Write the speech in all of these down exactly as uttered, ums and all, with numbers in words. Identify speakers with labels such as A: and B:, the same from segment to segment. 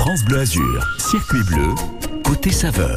A: France Bleu Azur, circuit bleu, côté saveur.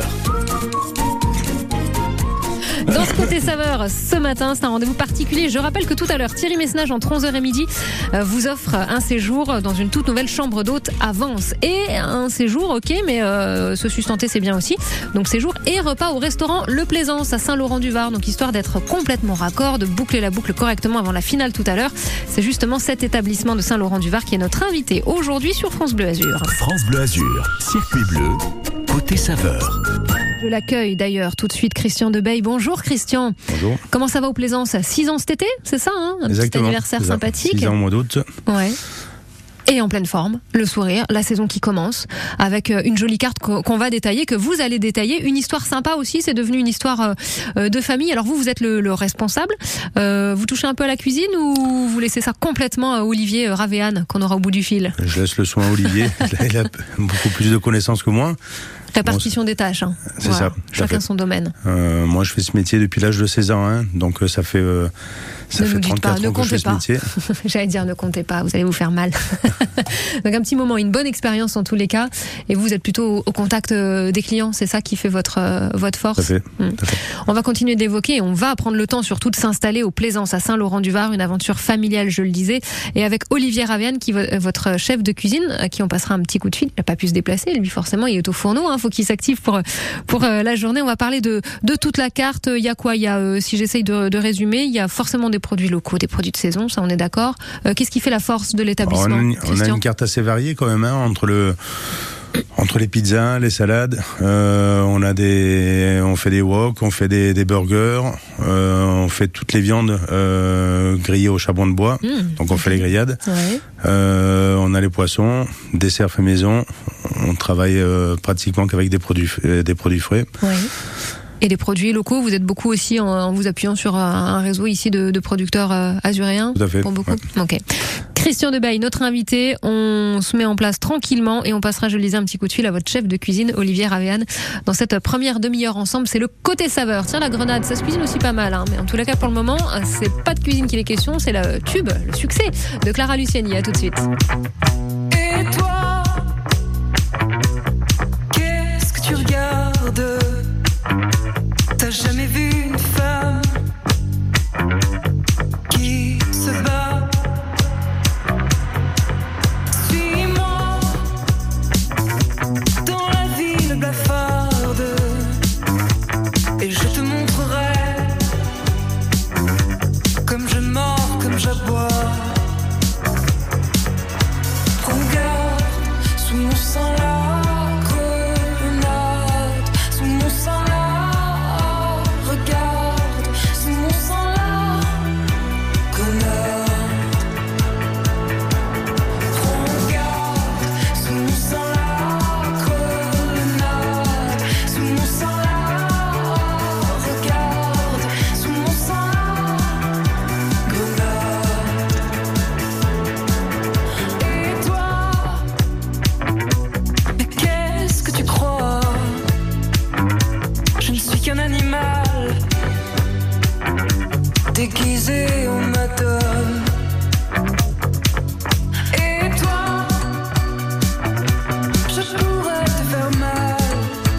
B: Dans ce côté saveur, ce matin, c'est un rendez-vous particulier. Je rappelle que tout à l'heure, Thierry Messnage, entre onze heures et midi, vous offre un séjour dans une toute nouvelle chambre d'hôte à Vence. Et un séjour, ok, mais euh, se sustenter, c'est bien aussi. Donc séjour et repas au restaurant Le Plaisance à Saint-Laurent-du-Var. Donc histoire d'être complètement raccord, de boucler la boucle correctement avant la finale tout à l'heure. C'est justement cet établissement de Saint-Laurent-du-Var qui est notre invité aujourd'hui sur France Bleu Azur.
A: France Bleu Azur, circuit bleu, côté saveur.
B: Je l'accueille d'ailleurs tout de suite, Christian Debeil. Bonjour Christian.
C: Bonjour.
B: Comment ça va au Plaisance? six ans cet été, c'est ça, hein? Un
C: Exactement.
B: petit anniversaire sympathique.
C: six ans au mois d'août.
B: Ouais. Et en pleine forme, le sourire, la saison qui commence, avec une jolie carte qu'on va détailler, que vous allez détailler. Une histoire sympa aussi, c'est devenu une histoire de famille. Alors vous, vous êtes le, le responsable. Euh, vous touchez un peu à la cuisine ou vous laissez ça complètement à Olivier Ravéane, qu'on aura au bout du fil?
C: Je laisse le soin à Olivier. Il a beaucoup plus de connaissances que moi.
B: Répartition bon, des tâches. Hein.
C: C'est
B: voilà.
C: ça.
B: Chacun son domaine.
C: Euh, moi, je fais ce métier depuis l'âge de seize ans. Hein, donc ça fait... Euh, Ça
B: ne
C: fait trente-quatre
B: pas,
C: ans que je fais ce métier.
B: J'allais dire ne comptez pas, vous allez vous faire mal. Donc un petit moment, une bonne expérience en tous les cas. Et vous êtes plutôt au contact des clients, c'est ça qui fait votre votre force.
C: Tout à fait.
B: Hum.
C: Tout à fait.
B: On va continuer d'évoquer. On va prendre le temps surtout de s'installer au Plaisance à Saint-Laurent-du-Var, une aventure familiale, je le disais, et avec Olivier Ravéane, qui est votre chef de cuisine, à qui on passera un petit coup de fil. Il n'a pas pu se déplacer, lui forcément, il est au fourneau. Hein, faut qu'il s'active pour pour la journée. On va parler de de toute la carte. Il y a quoi? Il y a, euh, si j'essaye de, de résumer, il y a forcément des produits locaux, des produits de saison, ça on est d'accord. Euh, qu'est-ce qui fait la force de l'établissement?
C: Alors, on, a une, on a une carte assez variée quand même, hein, entre le entre les pizzas, les salades, euh, on a des, on fait des wok, on fait des, des burgers, euh, on fait toutes les viandes euh, grillées au charbon de bois, mmh, donc on okay. fait les grillades.
B: Ouais.
C: Euh, on a les poissons, dessert fait maison. On travaille euh, pratiquement qu'avec des produits, euh, des produits frais.
B: Ouais. Et les produits locaux, vous êtes beaucoup aussi en, en vous appuyant sur un réseau ici de, de producteurs euh, azuréens.
C: Tout à fait.
B: Pour beaucoup.
C: Ouais.
B: Ok. Christian Debeil, notre invité, on se met en place tranquillement et on passera, je le disais, un petit coup de fil à votre chef de cuisine, Olivier Ravéane, dans cette première demi-heure ensemble. C'est le côté saveur. Tiens, la grenade, ça se cuisine aussi pas mal, hein, mais en tous les cas, pour le moment, c'est pas de cuisine qu'il est question, c'est le tube, le succès de Clara Luciani. À tout de suite.
D: Et toi, qu'est-ce que tu regardes? T'as jamais vu une femme qui se bat? Suis-moi dans la ville blafarde et je te montrerai comme je mords, comme j'aboie. Regarde sous mon sang la grenade, sous mon sang la déguisé au madone. Et toi, je pourrais te faire mal,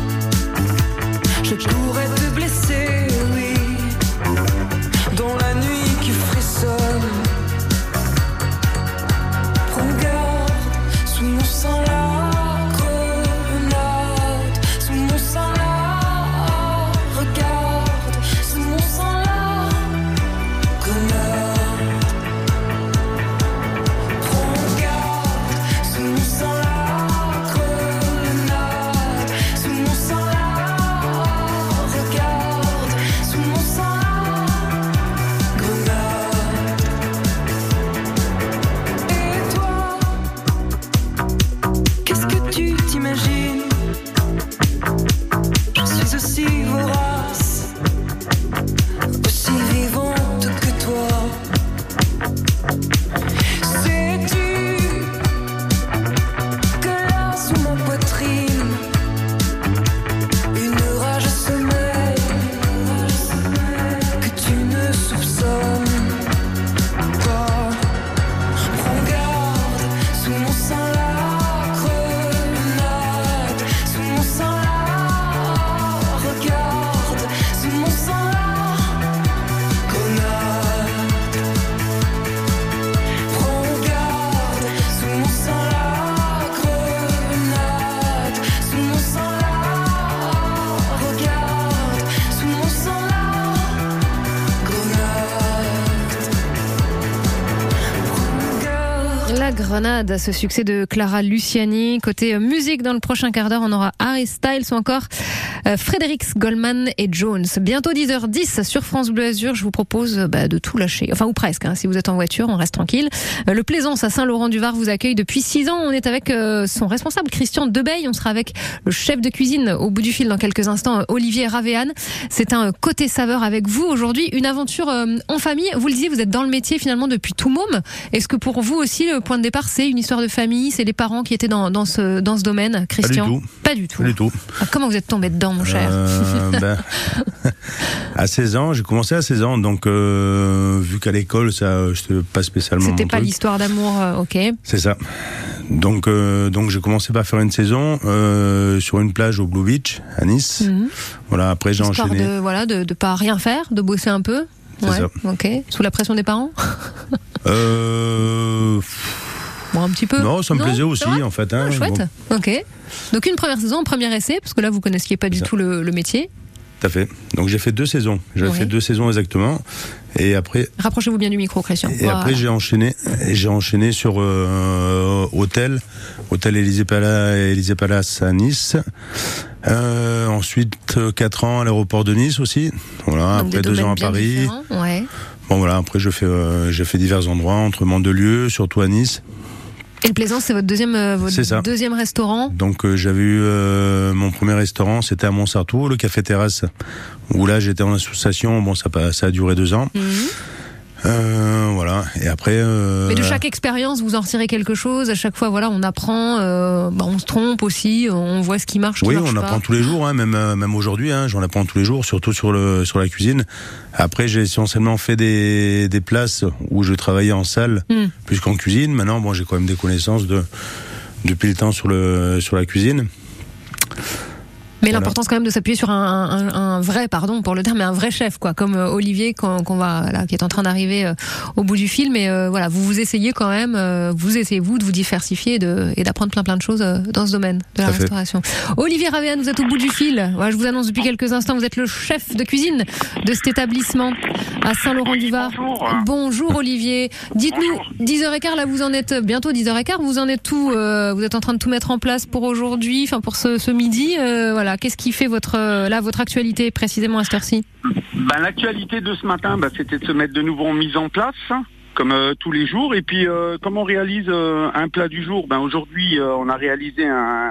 D: je pourrais te blesser, oui, dans la nuit qui frissonne. Regarde sous mon sang la grenade, sous mon sang la regarde, sous mon sang la Regarde sous mon sang la grenade.
B: Promenade, ce succès de Clara Luciani. Côté euh, musique, dans le prochain quart d'heure, on aura Harry Styles ou encore euh, Fredericks, Goldman et Jones. Bientôt dix heures dix sur France Bleu Azur. Je vous propose euh, bah, de tout lâcher. Enfin, ou presque. Hein. Si vous êtes en voiture, on reste tranquille. Euh, le Plaisance à Saint-Laurent-du-Var vous accueille depuis six ans. On est avec euh, son responsable, Christian Debeil. On sera avec le chef de cuisine au bout du fil dans quelques instants, Olivier Ravéane. C'est un côté saveur avec vous aujourd'hui. Une aventure euh, en famille. Vous le disiez, vous êtes dans le métier finalement depuis tout môme. Est-ce que pour vous aussi, le point de départ, c'est une histoire de famille? C'est les parents qui étaient dans, dans, ce, dans ce domaine, Christian?
C: Pas du tout.
B: Pas du tout.
C: Pas du tout.
B: Ah, comment vous êtes tombé dedans, mon cher?
C: euh, ben, À seize ans, j'ai commencé à seize ans. Donc, euh, vu qu'à l'école, ça, je pas spécialement.
B: C'était
C: mon
B: pas
C: truc.
B: l'histoire d'amour, euh, ok.
C: C'est ça. Donc, euh, donc j'ai commencé par faire une saison euh, sur une plage au Blue Beach à Nice.
B: Mm-hmm.
C: Voilà. Après, j'ai
B: Histoire
C: enchaîné.
B: de voilà, de, de pas rien faire, de bosser un peu.
C: C'est
B: ouais.
C: ça.
B: Ok. Sous la pression des parents.
C: Euh...
B: Bon, un petit peu.
C: Non, ça me
B: non,
C: plaisait aussi, en fait. Hein,
B: ah, chouette.
C: bon.
B: Ok. Donc une première saison, un premier essai, parce que là vous connaissiez pas du
C: Ça.
B: tout le, le métier.
C: Tout à fait. Donc j'ai fait deux saisons. J'ai
B: Ouais.
C: fait deux saisons exactement. Et après,
B: Rapprochez-vous bien du micro, Christian.
C: et
B: Voilà.
C: après j'ai enchaîné. Et j'ai enchaîné sur euh, hôtel, hôtel Élysée Palace, Élysée Palace à Nice. Euh, ensuite quatre ans à l'aéroport de Nice aussi. Voilà.
B: Donc,
C: Après
B: des
C: deux ans à
B: domaines bien
C: Paris.
B: différents. Ouais.
C: Bon voilà. Après j'ai fait euh, j'ai fait divers endroits entre Mandelieu, surtout à Nice.
B: Et le Plaisance, c'est votre deuxième, euh, votre
C: C'est ça.
B: deuxième restaurant.
C: Donc euh, j'avais eu euh, mon premier restaurant, c'était à Montsartou, le Café Terrasse, où là j'étais en association. Bon, ça, ça a duré deux ans.
B: Mhm.
C: Euh, voilà. Et après. Euh,
B: Mais de chaque expérience, vous en retirez quelque chose. À chaque fois, voilà, on apprend, euh, bah, on se trompe aussi, on voit ce qui marche, ce qui
C: oui,
B: marche
C: on
B: pas.
C: apprend tous les jours, hein, même euh, même aujourd'hui. Hein, j'en apprends tous les jours, surtout sur le sur la cuisine. Après, j'ai essentiellement fait des des places où je travaillais en salle,
B: Mm.
C: plus qu'en cuisine. Maintenant, bon, j'ai quand même des connaissances de depuis le temps sur le sur la cuisine.
B: Mais
C: Voilà.
B: l'important c'est quand même de s'appuyer sur un, un, un vrai, pardon pour le terme, mais un vrai chef, quoi, comme euh, Olivier qu'on, qu'on va, là, qui est en train d'arriver euh, au bout du film. Et euh, voilà, vous vous essayez quand même, euh, vous essayez vous de vous diversifier et, de, et d'apprendre plein plein de choses euh, dans ce domaine de la
C: Tout à fait.
B: restauration. Olivier Ravéane, vous êtes au bout du fil. Voilà, je vous annonce depuis quelques instants, vous êtes le chef de cuisine de cet établissement à Saint-Laurent-du-Var.
E: Oui, bonjour.
B: Bonjour Olivier. Dites-nous, dix heures quinze, là vous en êtes bientôt dix heures quinze, vous en êtes tout, euh, vous êtes en train de tout mettre en place pour aujourd'hui, enfin pour ce, ce midi. Euh, voilà, qu'est-ce qui fait votre euh, là votre actualité précisément à cette heure-ci?
E: Ben, l'actualité de ce matin, ben, c'était de se mettre de nouveau en mise en place, hein, comme euh, tous les jours. Et puis, euh, comment on réalise euh, un plat du jour? Ben, aujourd'hui, euh, on a réalisé un,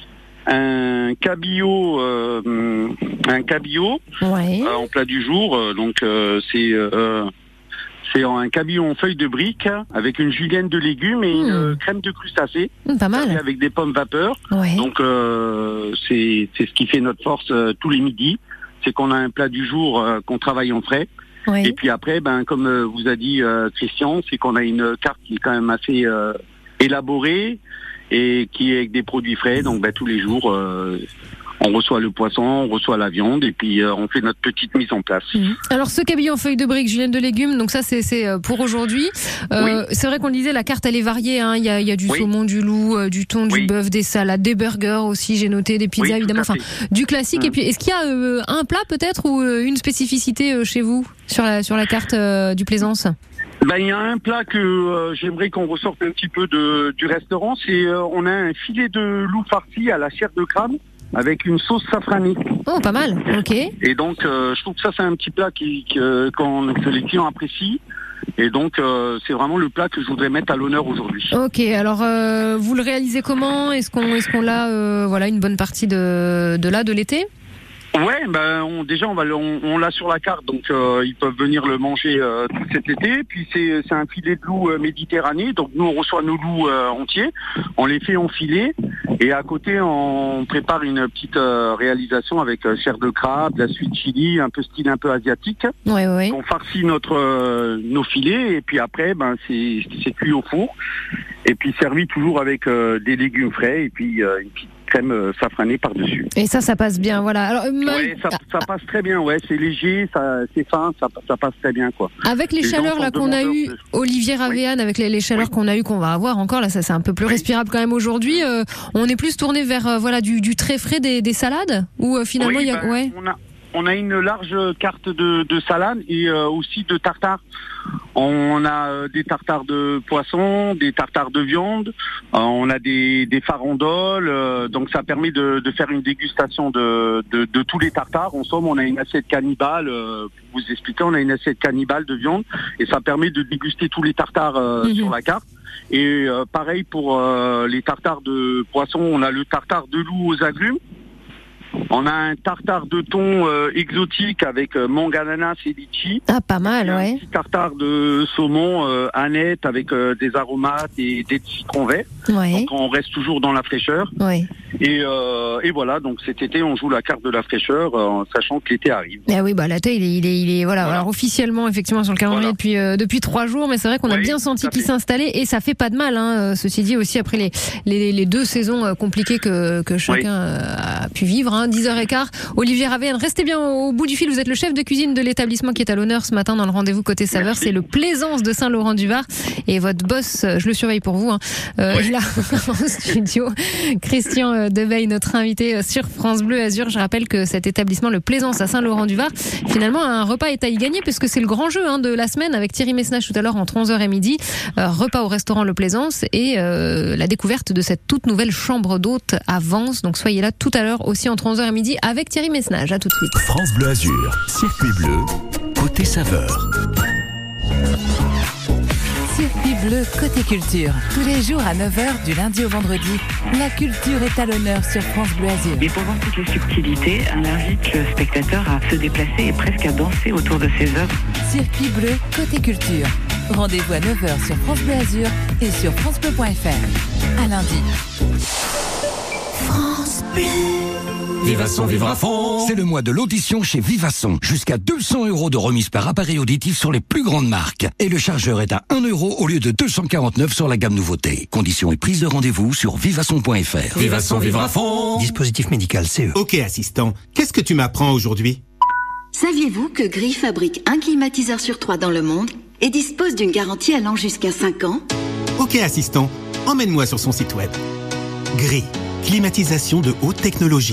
E: un cabillaud, euh, un cabillaud
B: Ouais.
E: euh, en plat du jour. Euh, donc, euh, c'est euh, c'est un cabillaud en feuilles de brique avec une julienne de légumes et une
B: Mmh.
E: euh, crème de crustacés
B: Hum, pas mal.
E: avec des pommes vapeur.
B: Ouais.
E: Donc euh, c'est c'est ce qui fait notre force euh, tous les midis, c'est qu'on a un plat du jour euh, qu'on travaille en frais. Et
B: Ouais.
E: puis après, ben comme euh, vous a dit euh, Christian, c'est qu'on a une carte qui est quand même assez euh, élaborée et qui est avec des produits frais. Donc ben tous les jours, euh, on reçoit le poisson, on reçoit la viande et puis euh, on fait notre petite mise en place.
B: Mhm. Alors ce cabillaud en feuilles de briques, julienne de légumes, donc ça c'est c'est euh, pour aujourd'hui. Euh, C'est vrai qu'on le disait, la carte elle est variée. Hein. Il y a il y a du
E: Oui.
B: saumon, du loup, euh, du thon, du
E: Oui.
B: bœuf, des salades, des burgers aussi. J'ai noté des pizzas
E: Oui, tout
B: évidemment.
E: à
B: Enfin
E: fait.
B: du classique.
E: Mhm.
B: Et puis est-ce qu'il y a euh, un plat peut-être ou euh, une spécificité euh, chez vous sur la sur la carte euh, du Plaisance?
E: Ben il y a un plat que euh, j'aimerais qu'on ressorte un petit peu de, du restaurant. C'est euh, on a un filet de loup farci à la chair de crabe avec une sauce safranée.
B: Oh, pas mal. Ok.
E: Et donc, euh, je trouve que ça, c'est un petit plat qui, que, qu'on- que les clients apprécient. Et donc, euh, c'est vraiment le plat que je voudrais mettre à l'honneur aujourd'hui.
B: Ok. Alors euh, vous le réalisez comment? Est-ce qu'on est-ce qu'on l'a euh, voilà une bonne partie de de là de l'été?
E: Ouais, ben on, déjà on va le- on, on l'a sur la carte, donc euh, ils peuvent venir le manger euh, tout cet été. Puis c'est c'est un filet de loup euh, méditerranéen, donc nous on reçoit nos loups euh, entiers, on les fait en filet et à côté on prépare une petite euh, réalisation avec euh, chair de crabe, de la sweet chili, un peu style un peu asiatique.
B: Ouais ouais.
E: On farcit notre euh, nos filets et puis après ben c'est c'est cuit au four et puis servi toujours avec euh, des légumes frais et puis euh, une petite crème euh, safranée par-dessus.
B: Et ça, ça passe bien, voilà. Alors, euh,
E: Ouais, ça, ça passe très bien, ouais, c'est léger, ça, c'est fin, ça, ça passe très bien, quoi.
B: avec les,
E: les
B: chaleurs
E: gens
B: là
E: sont
B: qu'on a
E: demandeurs
B: eu,
E: de-
B: Olivier Ravéane, avec les, les chaleurs
E: Oui.
B: qu'on a eu, qu'on va avoir encore, là, ça c'est un peu plus
E: Oui.
B: respirable quand même aujourd'hui. Euh, on est plus tourné vers euh, voilà du, du très frais des, des salades ou euh, finalement
E: Oui,
B: il y a
E: ben,
B: ouais.
E: on a, on a une large carte de, de salade et euh, aussi de tartare. On a euh, des tartares de poisson, des tartares de viande, euh, on a des, des farandoles, euh, donc ça permet de, de faire une dégustation de, de, de tous les tartares. En somme, on a une assiette cannibale, euh, pour vous expliquer, on a une assiette cannibale de viande et ça permet de déguster tous les tartares euh, mmh. sur la carte. Et euh, pareil pour euh, les tartares de poisson, on a le tartare de loup aux agrumes. On a un tartare de thon euh, exotique avec euh, mangue, ananas et litchi.
B: Ah, pas mal, ouais.
E: Un petit tartare de saumon euh, aneth avec euh, des aromates et des citrons verts.
B: Ouais.
E: Donc on reste toujours dans la fraîcheur.
B: Ouais.
E: Et, euh, et voilà, donc cet été on joue la carte de la fraîcheur, euh, en sachant que l'été arrive.
B: Ah oui, bah l'été il est, il est, il est voilà, voilà. Alors officiellement effectivement sur le calendrier voilà. depuis euh, depuis trois jours, mais c'est vrai qu'on a oui, bien senti qu'il s'installait et ça fait pas de mal. Hein, ceci dit aussi après les les, les deux saisons compliquées que que chacun oui. a pu vivre. Hein, dix heures quinze. Olivier Ravenne, restez bien au bout du fil. Vous êtes le chef de cuisine de l'établissement qui est à l'honneur ce matin dans le rendez-vous côté saveur. Merci. C'est le Plaisance de Saint-Laurent-du-Var et votre boss, je le surveille pour vous. Hein, euh, oui. Là en studio, Christian Deveille, notre invité sur France Bleu Azur. Je rappelle que cet établissement, le Plaisance à Saint-Laurent-du-Var, finalement un repas est à y gagner puisque c'est le grand jeu hein, de la semaine avec Thierry Messnage tout à l'heure entre onze heures et midi. Euh, repas au restaurant Le Plaisance et euh, la découverte de cette toute nouvelle chambre d'hôte à Vence. Donc soyez là tout à l'heure aussi entre onze heures et midi avec Thierry Messnage. À tout de suite.
A: France Bleu Azur, circuit bleu, côté saveur.
F: Circuit bleu côté culture. Tous les jours à neuf heures du lundi au vendredi, la culture est à l'honneur sur France Bleu Azur.
G: Et pour voir toutes les subtilités, on invite le spectateur à se déplacer et presque à danser autour de ses œuvres.
F: Circuit bleu côté culture. Rendez-vous à neuf heures sur France Bleu Azur et sur francebleu point f r. À lundi.
A: France Bleu. Vivasson, vivre à fond. C'est le mois de l'audition chez Vivasson. Jusqu'à deux cents euros de remise par appareil auditif sur les plus grandes marques. Et le chargeur est à un euro au lieu de deux cent quarante-neuf sur la gamme nouveauté. Conditions et prise de rendez-vous sur vivasson point f r.
H: Vivasson, vivre à fond.
I: Dispositif médical C E.
H: Ok assistant, qu'est-ce que tu m'apprends aujourd'hui?
J: Saviez-vous que Gris fabrique un climatiseur sur trois dans le monde et dispose d'une garantie allant jusqu'à cinq ans?
H: Ok assistant, emmène-moi sur son site web. Gris. Climatisation de haute technologie.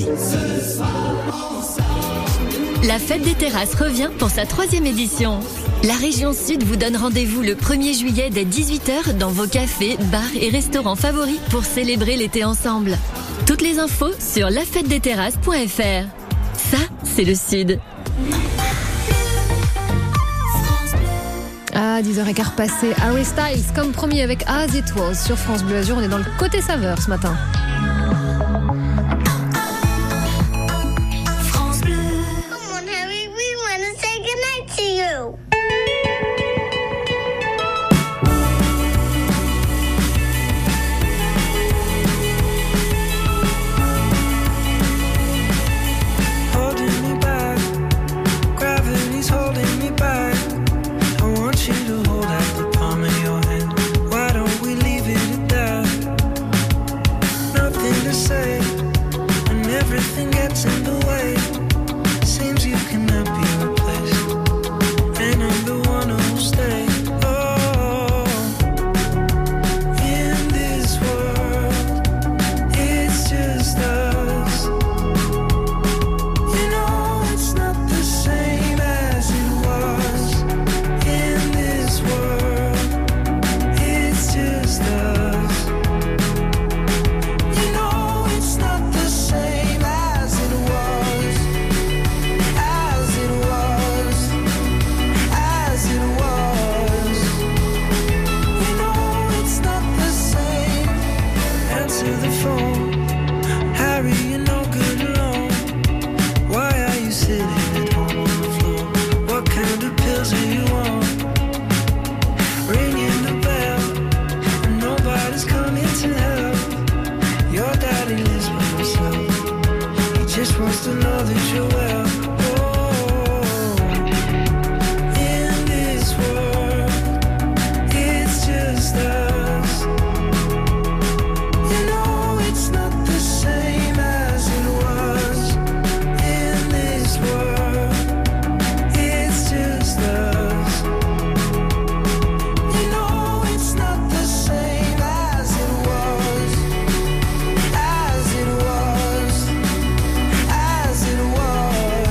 K: La fête des terrasses revient pour sa troisième édition. La région Sud vous donne rendez-vous le premier juillet dès dix-huit heures dans vos cafés, bars et restaurants favoris pour célébrer l'été ensemble. Toutes les infos sur la fête des terrasses point f r. Ça, c'est le Sud.
B: À dix heures quinze passé, Harry Styles, comme promis avec As It Was sur France Bleu Azur. On est dans le côté saveur ce matin.
L: As it was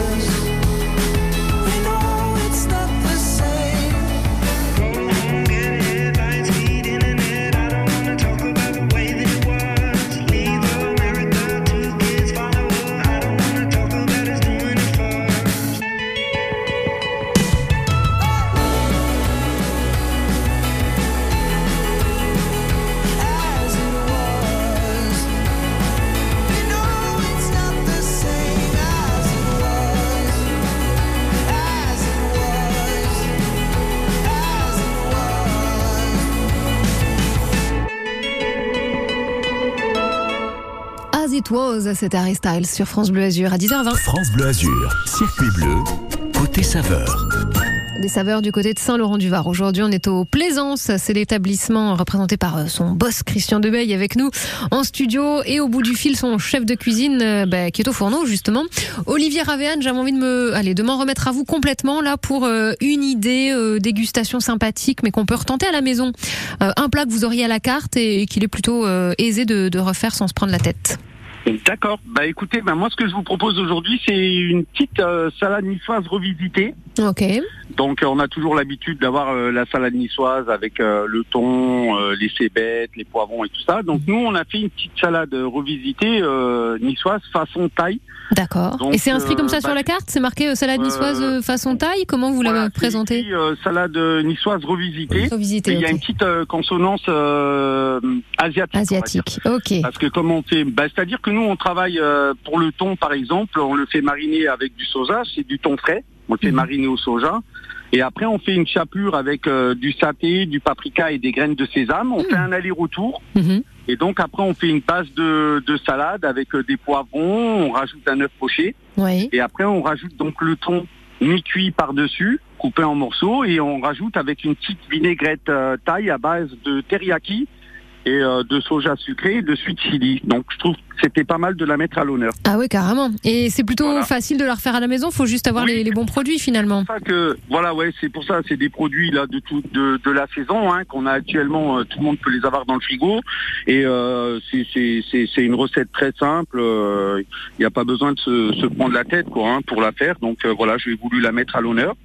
B: It Was, c'est Harry Styles sur France Bleu Azur à dix heures vingt.
I: France Bleu Azur, circuit bleu, côté saveur.
B: Des saveurs du côté de Saint-Laurent-du-Var. Aujourd'hui, on est au Plaisance. C'est l'établissement représenté par son boss Christian Debeil avec nous en studio. Et au bout du fil, son chef de cuisine euh, bah, qui est au fourneau, justement. Olivier Ravéane, j'avais envie de me, allez, de m'en remettre à vous complètement là pour euh, une idée euh, dégustation sympathique, mais qu'on peut retenter à la maison. Euh, un plat que vous auriez à la carte et, et qu'il est plutôt euh, aisé de, de refaire sans se prendre la tête.
E: D'accord. Bah écoutez, bah moi ce que je vous propose aujourd'hui, c'est une petite euh, salade niçoise revisitée.
B: Ok.
E: Donc euh, on a toujours l'habitude d'avoir euh, la salade niçoise avec euh, le thon, euh, les cébettes, les poivrons et tout ça. Donc nous on a fait une petite salade revisitée euh, niçoise façon thaï.
B: D'accord.
E: Donc,
B: et c'est inscrit
E: euh,
B: comme ça
E: bah,
B: sur la carte? C'est marqué euh, salade niçoise euh, façon thaï? Comment vous
E: voilà,
B: l'avez présenté?
E: Écrit, euh, salade niçoise revisitée.
B: Revisitée.
E: Il y a
B: okay.
E: une petite euh, consonance euh, asiatique.
B: Asiatique. Ok.
E: Parce que comment on fait, bah, c'est-à-dire que nous on travaille euh, pour le thon par exemple, on le fait mariner avec du soja, c'est du thon frais, on le fait mmh. mariner au soja. Et après, on fait une chapelure avec euh, du saté, du paprika et des graines de sésame. On mmh. fait un aller-retour. Mmh. Et donc, après, on fait une base de, de salade avec euh, des poivrons. On rajoute un œuf poché.
B: Oui.
E: Et après, on rajoute donc le thon mi-cuit par-dessus, coupé en morceaux. Et on rajoute avec une petite vinaigrette euh, thaï à base de teriyaki et euh, de soja sucré et de sweet chili. Donc, je trouve que c'était pas mal de la mettre à l'honneur.
B: Ah oui, carrément. Et c'est plutôt voilà. facile de la refaire à la maison. Il faut juste avoir oui, les, les bons produits finalement.
E: C'est pour ça que voilà, ouais, c'est pour ça. C'est des produits là de tout de, de la saison hein, qu'on a actuellement. Euh, tout le monde peut les avoir dans le frigo. Et euh, c'est, c'est c'est c'est une recette très simple. Il euh, n'y a pas besoin de se, se prendre la tête quoi hein, pour la faire. Donc euh, voilà, j'ai voulu la mettre à l'honneur.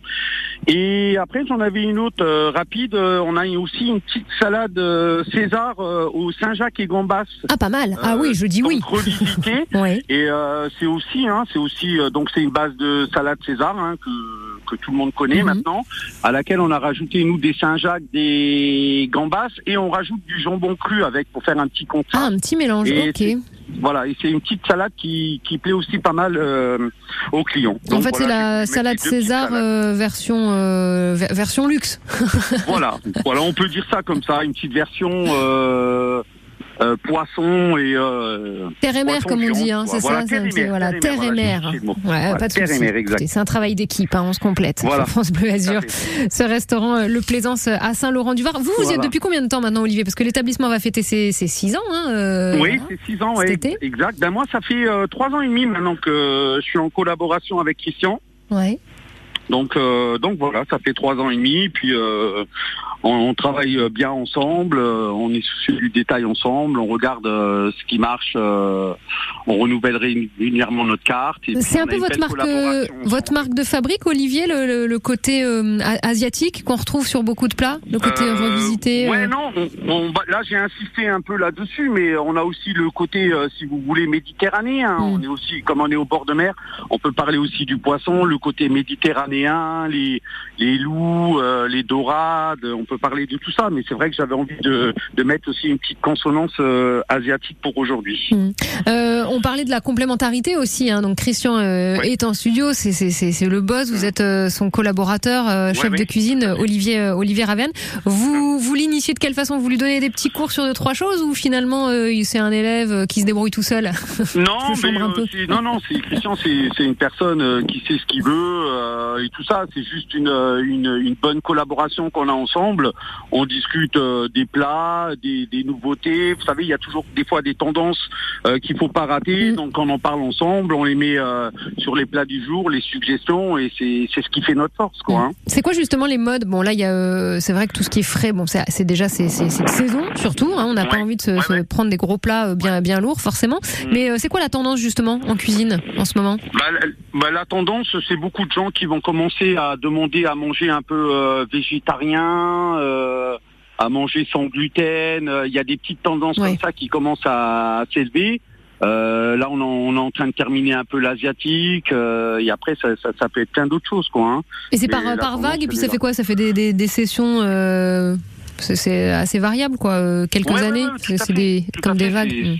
E: Et après, j'en avais une autre euh, rapide. Euh, on a aussi une petite salade euh, César euh, au Saint-Jacques et Gambas.
B: Ah, pas mal. Ah euh, oui, je dis oui.
E: Revisité.
B: oui.
E: Et euh, c'est aussi, hein, c'est aussi, euh, donc c'est une base de salade César hein, que que tout le monde connaît mm-hmm. maintenant, à laquelle on a rajouté nous des Saint-Jacques, des Gambas et on rajoute du jambon cru avec pour faire un petit contraste.
B: Ah, un petit mélange. Et ok.
E: Voilà, et c'est une petite salade qui, qui plaît aussi pas mal euh, aux clients. Donc,
B: en fait,
E: voilà,
B: c'est la salade César euh, version euh, version luxe.
E: voilà, voilà, on peut dire ça comme ça, une petite version euh, euh, poisson et euh,
B: terre et mer comme on dit, hein, c'est
E: voilà,
B: ça,
E: terre
B: c'est,
E: et mer,
B: voilà, terre et mer. Ouais,
E: voilà,
B: pas de
E: terre
B: souci.
E: Et mer, exact.
B: C'est un travail d'équipe, hein, on se complète.
E: Voilà.
B: France Bleu Azur, ce restaurant Le Plaisance à Saint-Laurent-du-Var. Vous, vous voilà. y êtes depuis combien de temps maintenant, Olivier? Parce que l'établissement va fêter ses, ses six ans. Hein, euh,
E: oui,
B: voilà.
E: c'est six ans.
B: Cet
E: ouais,
B: été.
E: Exact. Ben moi, ça fait euh, trois ans et demi maintenant que je suis en collaboration avec Christian.
B: Ouais.
E: Donc, euh, donc voilà, ça fait trois ans et demi. Puis euh, on, on travaille bien ensemble, euh, on est soucieux du détail ensemble, on regarde euh, ce qui marche, euh, on renouvelle régulièrement notre carte. Et
B: c'est un peu votre marque, euh, votre marque de fabrique, Olivier, le, le, le côté euh, asiatique qu'on retrouve sur beaucoup de plats, le côté euh, revisité.
E: Ouais,
B: euh...
E: non, on, on, là j'ai insisté un peu là-dessus, mais on a aussi le côté, euh, si vous voulez, méditerranéen. Mm. On est aussi, comme on est au bord de mer, on peut parler aussi du poisson, le côté méditerranéen, les les loups, euh, les dorades. On peut parler de tout ça, mais c'est vrai que j'avais envie de, de mettre aussi une petite consonance euh, asiatique pour aujourd'hui.
B: Mmh. Euh, on parlait de la complémentarité aussi, hein. Donc Christian euh, ouais. est en studio, c'est, c'est, c'est, c'est le boss, vous êtes euh, son collaborateur, euh, chef ouais, de cuisine, ouais. Olivier euh, Olivier Ravéane. Vous, vous l'initiez de quelle façon? Vous lui donnez des petits cours sur deux, trois choses ou finalement euh, c'est un élève qui se débrouille tout seul?
E: Non, mais, un peu. C'est, non, non, c'est, Christian c'est, c'est une personne euh, qui sait ce qu'il veut euh, et tout ça, c'est juste une, une, une bonne collaboration qu'on a ensemble. On discute euh, des plats, des, des nouveautés. Vous savez, il y a toujours des fois des tendances euh, qu'il faut pas rater. Mmh. Donc on en parle ensemble, on les met euh, sur les plats du jour, les suggestions, et c'est, c'est ce qui fait notre force, quoi. Hein.
B: C'est quoi justement les modes? Bon là, il y a, euh, c'est vrai que tout ce qui est frais, bon, c'est, c'est déjà c'est, c'est, c'est de saison surtout. Hein, on n'a ouais. pas envie de se, ouais, se ouais. prendre des gros plats euh, bien bien lourds forcément. Mmh. Mais euh, c'est quoi la tendance justement en cuisine en ce moment?
E: Bah, la, bah, la tendance, c'est beaucoup de gens qui vont commencer à demander à manger un peu euh, végétarien. Euh, à manger sans gluten, il euh, y a des petites tendances ouais. comme ça qui commencent à, à s'élever. Euh, là, on, en, on est en train de terminer un peu l'asiatique, euh, et après, ça, ça, ça peut être plein d'autres choses, quoi. Hein.
B: Et c'est par, par vague, et puis ça fait quoi? Ça fait des, des, des sessions, euh, c'est, c'est assez variable, quoi. Quelques ouais, années, ouais, ouais, c'est, c'est des, comme des vagues.
E: C'est...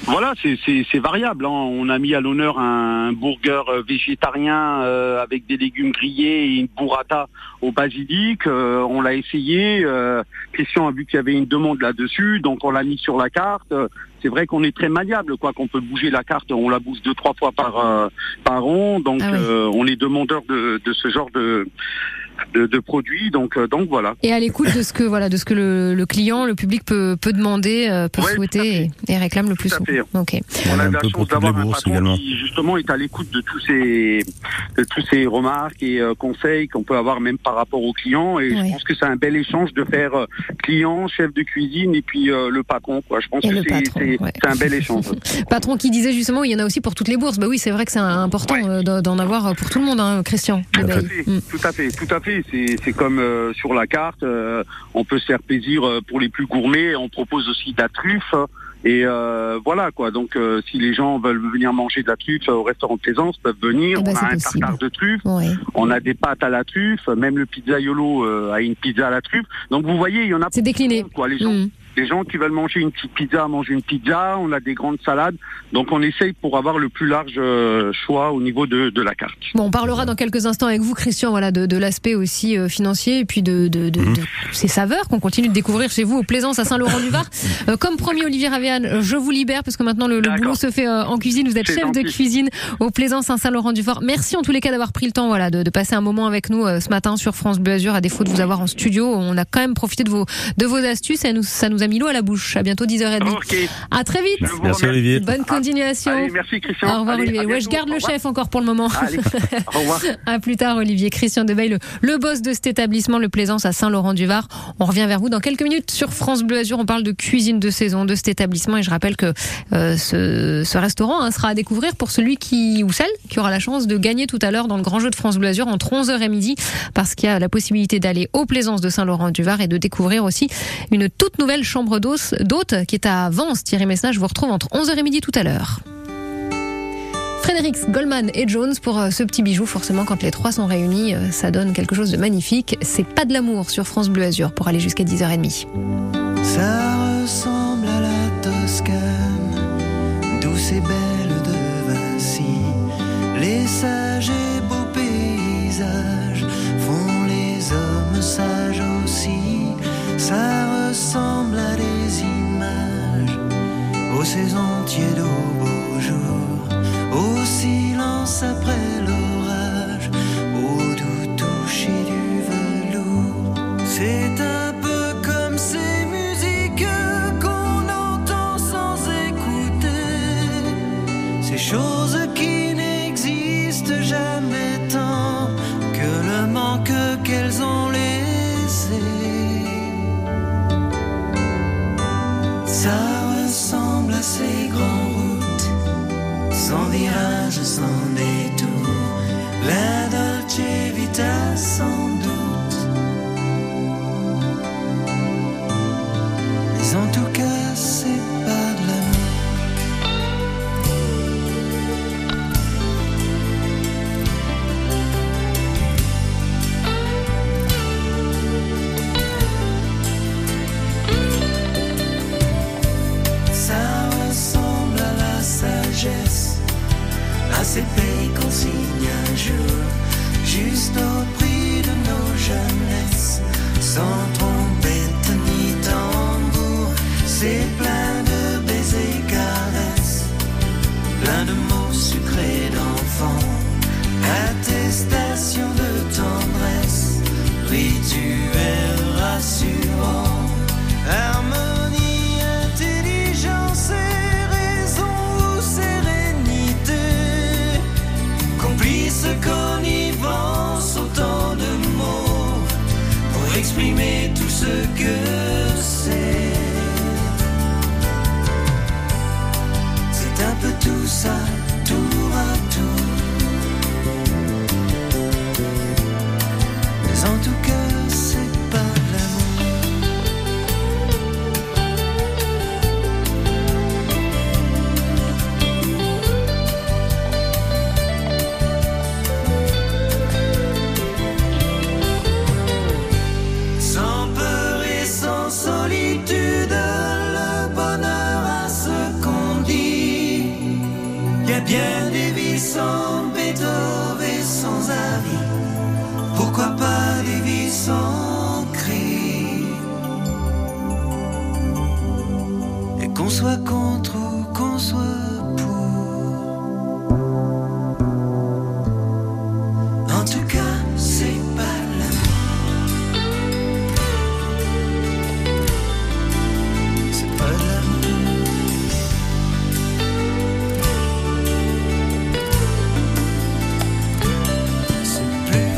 E: Voilà, c'est, c'est, c'est variable. Hein. On a mis à l'honneur un burger végétarien euh, avec des légumes grillés et une burrata au basilic. Euh, on l'a essayé. Euh, Christian a vu qu'il y avait une demande là-dessus, donc on l'a mis sur la carte. C'est vrai qu'on est très maniable, quoi. Qu'on peut bouger la carte, on la bouge deux trois fois par euh, par an. Donc ah oui. euh, on est demandeur de, de ce genre de De, de produits, donc euh, donc voilà.
B: Et à l'écoute de ce que voilà de ce que le, le client, le public peut peut demander, euh, peut ouais, souhaiter et, et réclame le plus souvent.
E: Okay. On a de la chance d'avoir un patron également. Qui justement est à l'écoute de tous ces de tous ces remarques et euh, conseils qu'on peut avoir même par rapport aux clients. Et ouais. je pense que c'est un bel échange de faire euh, client, chef de cuisine et puis euh, le patron. Quoi. Je pense et que c'est, patron, c'est, ouais. c'est un bel échange.
B: Patron qui disait justement il y en a aussi pour toutes les bourses. Bah oui, c'est vrai que c'est important ouais. euh, d'en avoir pour tout le monde, hein, Christian.
E: Tout à, fait, mm. tout à fait, tout à fait. C'est, c'est comme euh, sur la carte, euh, on peut se faire plaisir euh, pour les plus gourmets, on propose aussi de la truffe, et euh, voilà quoi, donc euh, si les gens veulent venir manger de la truffe au restaurant de Plaisance, peuvent venir, eh ben, on a un possible. tartare de truffe, ouais. on a des pâtes à la truffe, même le pizzaiolo euh, a une pizza à la truffe, donc vous voyez, il y en a...
B: C'est décliné.
E: Quoi, les gens... Mmh. Les gens qui veulent manger une petite pizza, mangent une pizza, on a des grandes salades, donc on essaye pour avoir le plus large euh, choix au niveau de, de la carte.
B: Bon, on parlera dans quelques instants avec vous, Christian, voilà, de, de l'aspect aussi euh, financier et puis de, de, de, mmh. de ces saveurs qu'on continue de découvrir chez vous au Plaisance à Saint-Laurent-du-Var. Euh, comme promis, Olivier Ravéane, je vous libère parce que maintenant le, le boulot se fait euh, en cuisine. Vous êtes C'est chef gentil. de cuisine au Plaisance à Saint-Laurent-du-Var. Merci en tous les cas d'avoir pris le temps, voilà, de, de passer un moment avec nous euh, ce matin sur France Bleu Azur. À défaut de vous avoir en studio, on a quand même profité de vos de vos astuces. Ça nous ça nous a mis l'eau à la bouche. À bientôt dix heures trente.
E: Okay.
B: À très vite.
C: Merci Olivier.
B: Bonne continuation.
E: Allez, merci Christian.
B: Au revoir
E: Allez,
B: Olivier. Ouais, je garde le chef encore pour le moment.
E: Allez, au revoir.
B: À plus tard Olivier. Christian Debaille, le, le boss de cet établissement, le Plaisance à Saint-Laurent-du-Var. On revient vers vous dans quelques minutes sur France Bleu Azur. On parle de cuisine de saison de cet établissement et je rappelle que euh, ce, ce restaurant hein, sera à découvrir pour celui qui ou celle qui aura la chance de gagner tout à l'heure dans le grand jeu de France Bleu Azur entre onze heures et midi parce qu'il y a la possibilité d'aller au Plaisance de Saint-Laurent-du-Var et de découvrir aussi une toute nouvelle chambre d'hôtes qui est à Vence. Thierry Messnage, je vous retrouve entre onze heures et midi tout à l'heure. Fredericks, Goldman et Jones pour ce petit bijou. Forcément, quand les trois sont réunis, ça donne quelque chose de magnifique. C'est Pas de l'amour sur France Bleu Azur pour aller jusqu'à dix heures trente.
L: Ça ressemble à la Toscane, douce et belle de Vinci. Les sages et beaux paysages font les hommes sages aussi. Ça ressemble à des images, aux saisons tièdes, aux beaux jours, au silence après l'orage, au doux toucher du velours. C'est un peu comme ces musiques qu'on entend sans écouter, ces choses qui n'existent jamais tant que le manque qu'elles ont laissé. Ça ressemble à ces grandes routes, sans virage, sans détour, la Dolce Vita sans doute. Mais en tout cas, c'est pas de l'amour. À ces pays qu'on signe un jour, juste au prix de nos jeunesses, sans trompette ni tambour. C'est plein de baisers caresses, plein de mots sucrés d'enfants, attestation de tendresse, rituel rassurant, harmonie, intelligence et connivence, autant de mots pour exprimer tout ce que c'est. C'est un peu tout ça, tour à tour. Mais en tout cas, c'est pas de l'amour. Sans peur et sans y a bien des vies sans Beethoven et sans avis. Pourquoi pas des vies sans cri? Et qu'on soit contre ou qu'on soit pour, en tout cas, c'est pas l'amour. C'est pas l'amour. C'est plus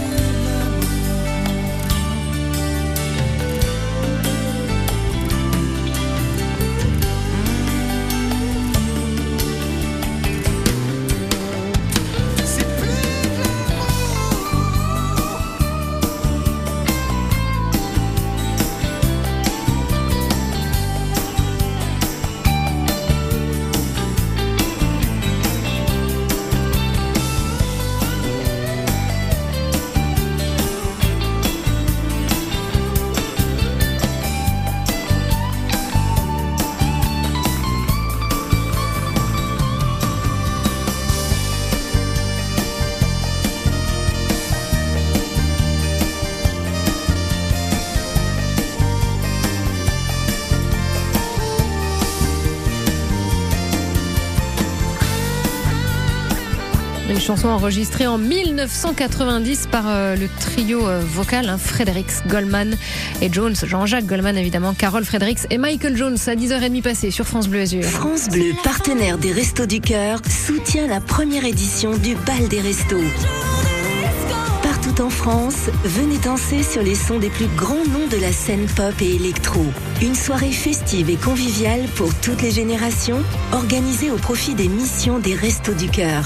B: Une chanson enregistrée en mille neuf cent quatre-vingt-dix par euh, le trio euh, vocal, hein, Fredericks, Goldman et Jones. Jean-Jacques Goldman évidemment, Carole Fredericks et Michael Jones à dix heures trente passées sur France Bleu Azur.
M: France Bleu, partenaire des Restos du Cœur, soutient la première édition du Bal des Restos. Partout en France, venez danser sur les sons des plus grands noms de la scène pop et électro. Une soirée festive et conviviale pour toutes les générations, organisée au profit des missions des Restos du Cœur.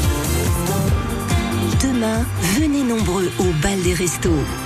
M: Demain, venez nombreux au Bal des Restos.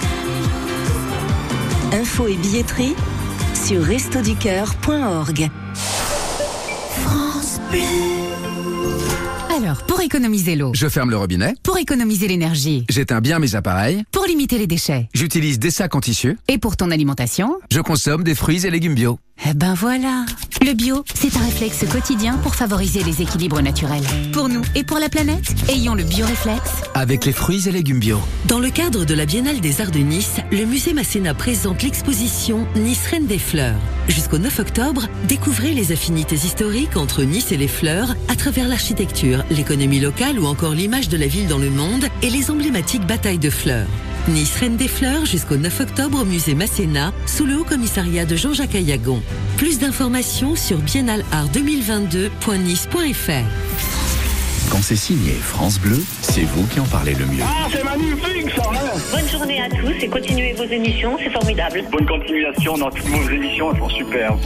M: Infos et billetterie sur restos du cœur point org.
F: France Bleu. Alors, pour économiser l'eau,
N: je ferme le robinet.
F: Pour économiser l'énergie,
N: j'éteins bien mes appareils.
F: Pour limiter les déchets,
N: j'utilise des sacs en tissu.
F: Et pour ton alimentation,
N: je consomme des fruits et légumes bio.
F: Eh ben voilà. Le bio, c'est un réflexe quotidien pour favoriser les équilibres naturels. Pour nous et pour la planète, ayons le bio-réflexe.
N: Avec les fruits et légumes bio.
O: Dans le cadre de la Biennale des Arts de Nice, le musée Masséna présente l'exposition Nice Reine des Fleurs. Jusqu'au neuf octobre, découvrez les affinités historiques entre Nice et les fleurs à travers l'architecture, l'économie locale ou encore l'image de la ville dans le monde et les emblématiques batailles de fleurs. Nice Reine des Fleurs jusqu'au neuf octobre au musée Masséna, sous le haut commissariat de Jean-Jacques Ayagon. Plus d'informations sur biennale art deux mille vingt-deux point nice point f r.
I: Quand c'est signé France Bleu, c'est vous qui en parlez le mieux.
P: Ah, c'est magnifique ça, hein. Bonne journée à tous et continuez vos émissions, c'est formidable.
Q: Bonne continuation dans toutes vos émissions, elles sont superbes.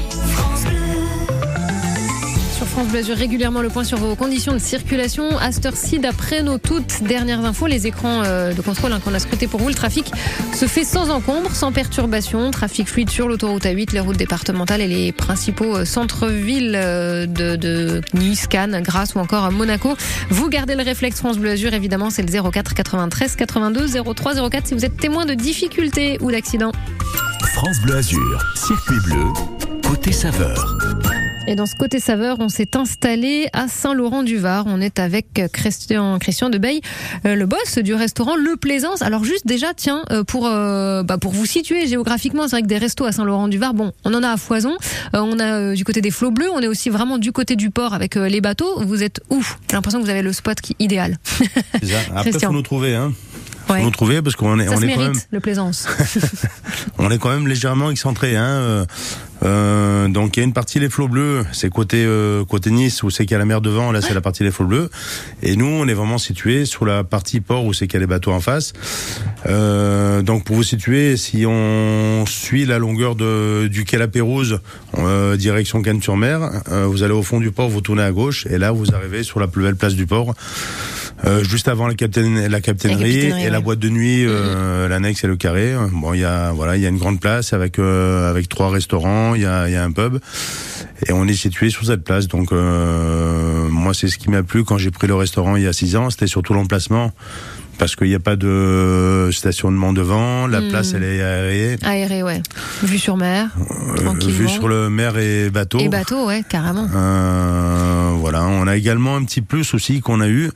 B: Sur France Bleu Azur, régulièrement le point sur vos conditions de circulation. À cette heure-ci, d'après nos toutes dernières infos, les écrans euh, de contrôle hein, qu'on a scrutés pour vous, le trafic se fait sans encombre, sans perturbation. Trafic fluide sur l'autoroute A huit, les routes départementales et les principaux euh, centres-villes euh, de, de Nice, Cannes, Grasse ou encore à Monaco. Vous gardez le réflexe France Bleu Azur, évidemment, c'est le zéro quatre quatre-vingt-treize quatre-vingt-deux zéro trois zéro quatre si vous êtes témoin de difficultés ou d'accidents.
I: France Bleu Azur, circuit bleu, côté saveur.
B: Et dans ce côté saveur, on s'est installé à Saint-Laurent-du-Var. On est avec Christian, Christian Debeil, euh, le boss du restaurant Le Plaisance. Alors juste déjà, tiens, euh, pour euh, bah pour vous situer géographiquement, c'est vrai que des restos à Saint-Laurent-du-Var, bon, on en a à foison. Euh, on a euh, du côté des Flots Bleus, on est aussi vraiment du côté du port avec euh, les bateaux. Vous êtes où? J'ai l'impression que vous avez le spot qui idéal.
C: C'est ça. Après, faut nous trouver, hein. Faut
B: Ouais.
C: nous trouver parce qu'on est,
B: Ça
C: on
B: se
C: est
B: mérite,
C: quand même,
B: Le Plaisance.
C: on est quand même légèrement excentré, hein. Euh, euh, donc il y a une partie les Flots Bleus, c'est côté euh, côté Nice où c'est qu'il y a la mer devant, là c'est la partie des Flots Bleus. Et nous on est vraiment situé sur la partie port où c'est qu'il y a les bateaux en face. Euh, donc pour vous situer, si on suit la longueur de du quai La Pérouse, euh, direction Cannes-sur-Mer, euh, vous allez au fond du port, vous tournez à gauche et là vous arrivez sur la plus belle place du port. Euh, juste avant la, capitaine, la capitainerie et ouais. la boîte de nuit, euh, mmh. l'annexe et le carré. Bon, il y a voilà, il y a une grande place avec euh, avec trois restaurants, il y a il y a un pub et on est situé sur cette place. Donc euh, moi, c'est ce qui m'a plu quand j'ai pris le restaurant il y a six ans, c'était surtout l'emplacement parce qu'il n'y a pas de stationnement devant, la
B: Mmh.
C: place elle est aérée.
B: Aéré, ouais. Vue sur mer.
C: Euh, vue sur le mer et bateau.
B: Et bateau, ouais, carrément.
C: Euh, voilà, on a également un petit plus aussi qu'on a eu.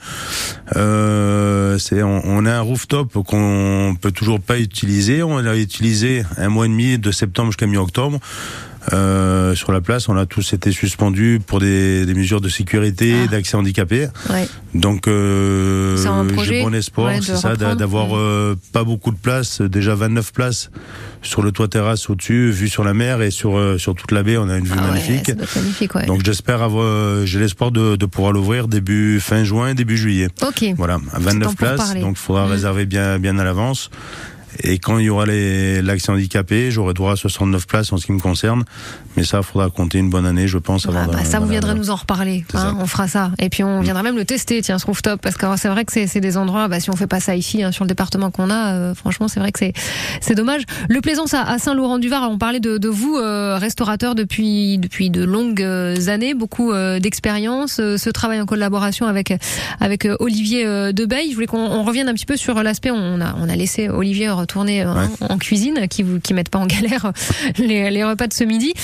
C: Euh, c'est on, on a un rooftop qu'on peut toujours pas utiliser. On l'a utilisé un mois et demi de septembre jusqu'à mi-octobre. Euh, sur la place, on a tous été suspendus pour des, des mesures de sécurité, ah. d'accès handicapé.
B: Ouais.
C: Donc, euh, j'ai bon espoir,
B: ouais,
C: c'est ça,
B: reprendre.
C: d'avoir mmh. euh, pas beaucoup de place, déjà vingt-neuf places sur le toit terrasse au-dessus, vue sur la mer et sur euh, sur toute la baie, on a une vue
B: ah
C: magnifique.
B: Ouais, magnifique ouais.
C: Donc, j'espère avoir, euh, j'ai l'espoir de, de pouvoir l'ouvrir début fin juin, début juillet.
B: Ok.
C: Voilà, à vingt-neuf places, donc il faudra mmh. réserver bien bien à l'avance. Et quand il y aura les, l'accès handicapé, j'aurai droit à soixante-neuf places en ce qui me concerne. Mais ça, il faudra compter une bonne année, je pense. Avant
B: ah bah,
C: de,
B: ça, vous viendrez
C: la...
B: nous en reparler. Hein, on fera ça. Et puis, on viendra même le tester, tiens, ce rooftop. Parce que c'est vrai que c'est, c'est des endroits, bah, si on fait pas ça ici, hein, sur le département qu'on a, euh, franchement, c'est vrai que c'est, c'est dommage. Le Plaisance à, à Saint-Laurent-du-Var, on parlait de, de vous, euh, restaurateur depuis, depuis de longues années, beaucoup euh, d'expérience, euh, ce travail en collaboration avec, avec euh, Olivier euh, Debeil. Je voulais qu'on on revienne un petit peu sur l'aspect, on a, on a laissé Olivier retourner euh, ouais. en cuisine, qui vous qui mettent pas en galère les, les repas de ce midi.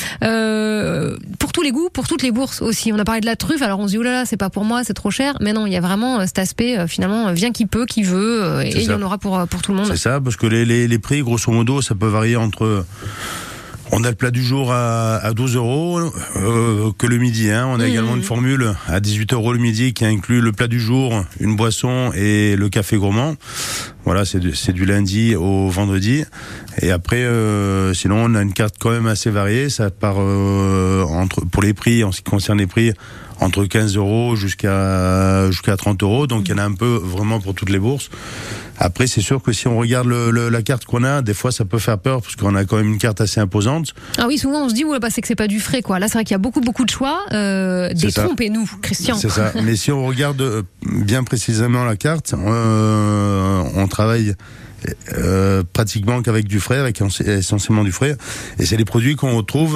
B: Euh, pour tous les goûts, pour toutes les bourses aussi. On a parlé de la truffe, alors on se dit, oh là là, c'est pas pour moi, c'est trop cher. Mais non, il y a vraiment cet aspect, euh, finalement, vient qui peut, qui veut, euh, et il y en aura pour, pour tout le monde.
C: C'est ça, parce que les, les, les prix, grosso modo, ça peut varier entre... On a le plat du jour à, à douze euros euh, que le midi. Hein. On a mmh. également une formule à dix-huit euros le midi qui inclut le plat du jour, une boisson et le café gourmand. Voilà, c'est du, c'est du lundi au vendredi. Et après, euh, sinon, on a une carte quand même assez variée. Ça part euh, entre pour les prix, en ce qui concerne les prix, entre quinze euros jusqu'à jusqu'à trente euros. Donc, il y en a un peu vraiment pour toutes les bourses. Après, c'est sûr que si on regarde le, le, la carte qu'on a, des fois, ça peut faire peur parce qu'on a quand même une carte assez imposante.
B: Ah oui, souvent, on se dit, ouais, bah, c'est que c'est pas du frais, quoi. Là, c'est vrai qu'il y a beaucoup, beaucoup de choix. Euh, détrompez-nous, Christian.
C: C'est ça. Mais si on regarde bien précisément la carte, euh, on travaille Euh, pratiquement qu'avec du frais, avec essentiellement du frais, et c'est des produits qu'on retrouve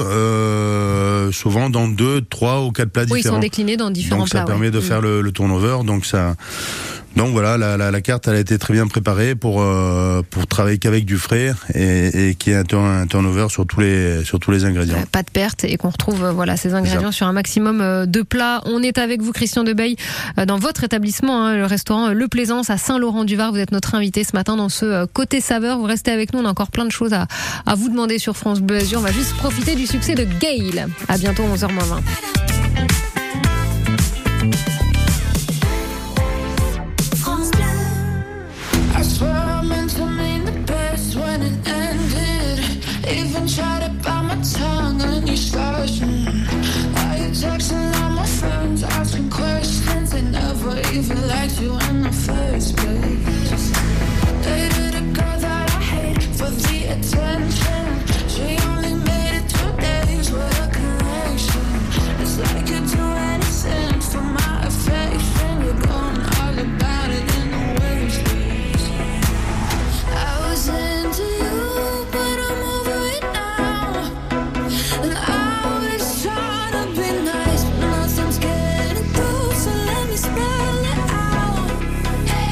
C: euh, souvent dans deux, trois ou quatre plats
B: oui,
C: différents.
B: Ils sont déclinés dans différents
C: donc,
B: plats.
C: Donc ça permet
B: ouais.
C: de
B: mmh.
C: faire le, le turnover. Donc ça, donc voilà, la, la, la carte elle a été très bien préparée pour euh, pour travailler qu'avec du frais et, et qui est un, turn, un turnover sur tous les sur tous les ingrédients.
B: Euh, pas de perte et qu'on retrouve euh, voilà ces ingrédients sur un maximum euh, de plats. On est avec vous, Christian Debeil, euh, dans votre établissement, hein, le restaurant Le Plaisance à Saint-Laurent-du-Var. Vous êtes notre invité ce matin dans ce euh, côté saveur. Vous restez avec nous, on a encore plein de choses à, à vous demander sur France Bleu Azur. On va juste profiter du succès de Gail. À bientôt, onze heures moins vingt.
D: Hey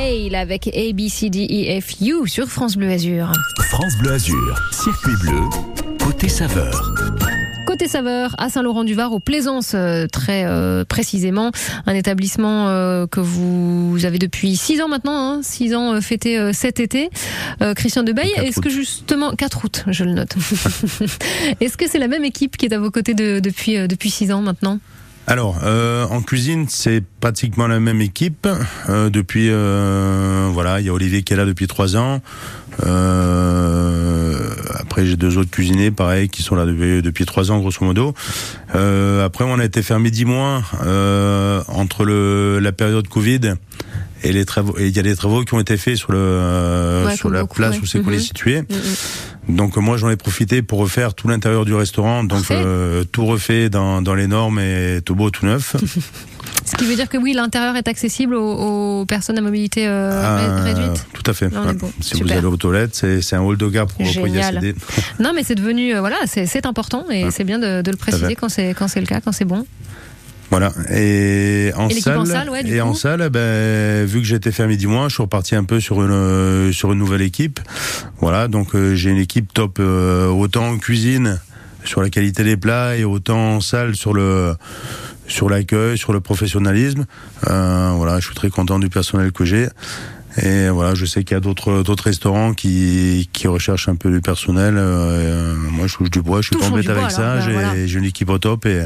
B: Bale avec A B C D E F U sur France Bleu Azur.
I: France Bleu Azur, circuit bleu, côté saveur.
B: Côté saveur, à Saint-Laurent-du-Var, aux Plaisances, euh, très euh, précisément, un établissement euh, que vous avez depuis six ans maintenant, hein, six ans euh, fêté euh, cet été. Euh, Christian Debaille, est-ce
C: août.
B: que justement quatre août, je le note. Est-ce que c'est la même équipe qui est à vos côtés de, depuis euh, depuis six ans maintenant?
C: Alors, euh, en cuisine, c'est pratiquement la même équipe. Euh, depuis, euh, voilà, il y a Olivier qui est là depuis trois ans. Euh, après, j'ai deux autres cuisiniers, pareil, qui sont là depuis, depuis trois ans, grosso modo. Euh, après, on a été fermé dix mois euh, entre le, la période Covid et les travaux. Et il y a des travaux qui ont été faits sur le euh,
B: ouais,
C: sur la
B: beaucoup,
C: place
B: ouais.
C: où c'est qu'on
B: mm-hmm.
C: est situé.
B: Mm-hmm.
C: Donc moi j'en ai profité pour refaire tout l'intérieur du restaurant, donc euh, tout refait dans, dans les normes et tout beau, tout neuf.
B: Ce qui veut dire que oui, l'intérieur est accessible aux, aux personnes à mobilité euh,
C: ah,
B: réduite.
C: Tout à fait.
B: Là, on est bon.
C: Si
B: Super.
C: vous allez aux toilettes, c'est, c'est un hall de gare pour, pour y accéder.
B: Non, mais c'est devenu, euh, voilà, c'est, c'est important et ouais. c'est bien de, de le préciser quand c'est, quand c'est le cas, quand c'est bon.
C: Voilà. Et en
B: et
C: salle,
B: en salle, ouais, du
C: et
B: coup.
C: en salle, ben, vu que j'étais fermé dix mois, je suis reparti un peu sur une euh, sur une nouvelle équipe. Voilà, donc euh, j'ai une équipe top euh, autant en cuisine sur la qualité des plats et autant en salle sur le sur l'accueil, sur le professionnalisme. Euh, voilà, je suis très content du personnel que j'ai. Et voilà, je sais qu'il y a d'autres d'autres restaurants qui qui recherchent un peu du personnel. Euh, moi, je touche du bois, je suis
B: Touchons
C: pas embêté avec
B: bois,
C: ça.
B: alors,
C: j'ai
B: voilà.
C: j'ai une équipe au top et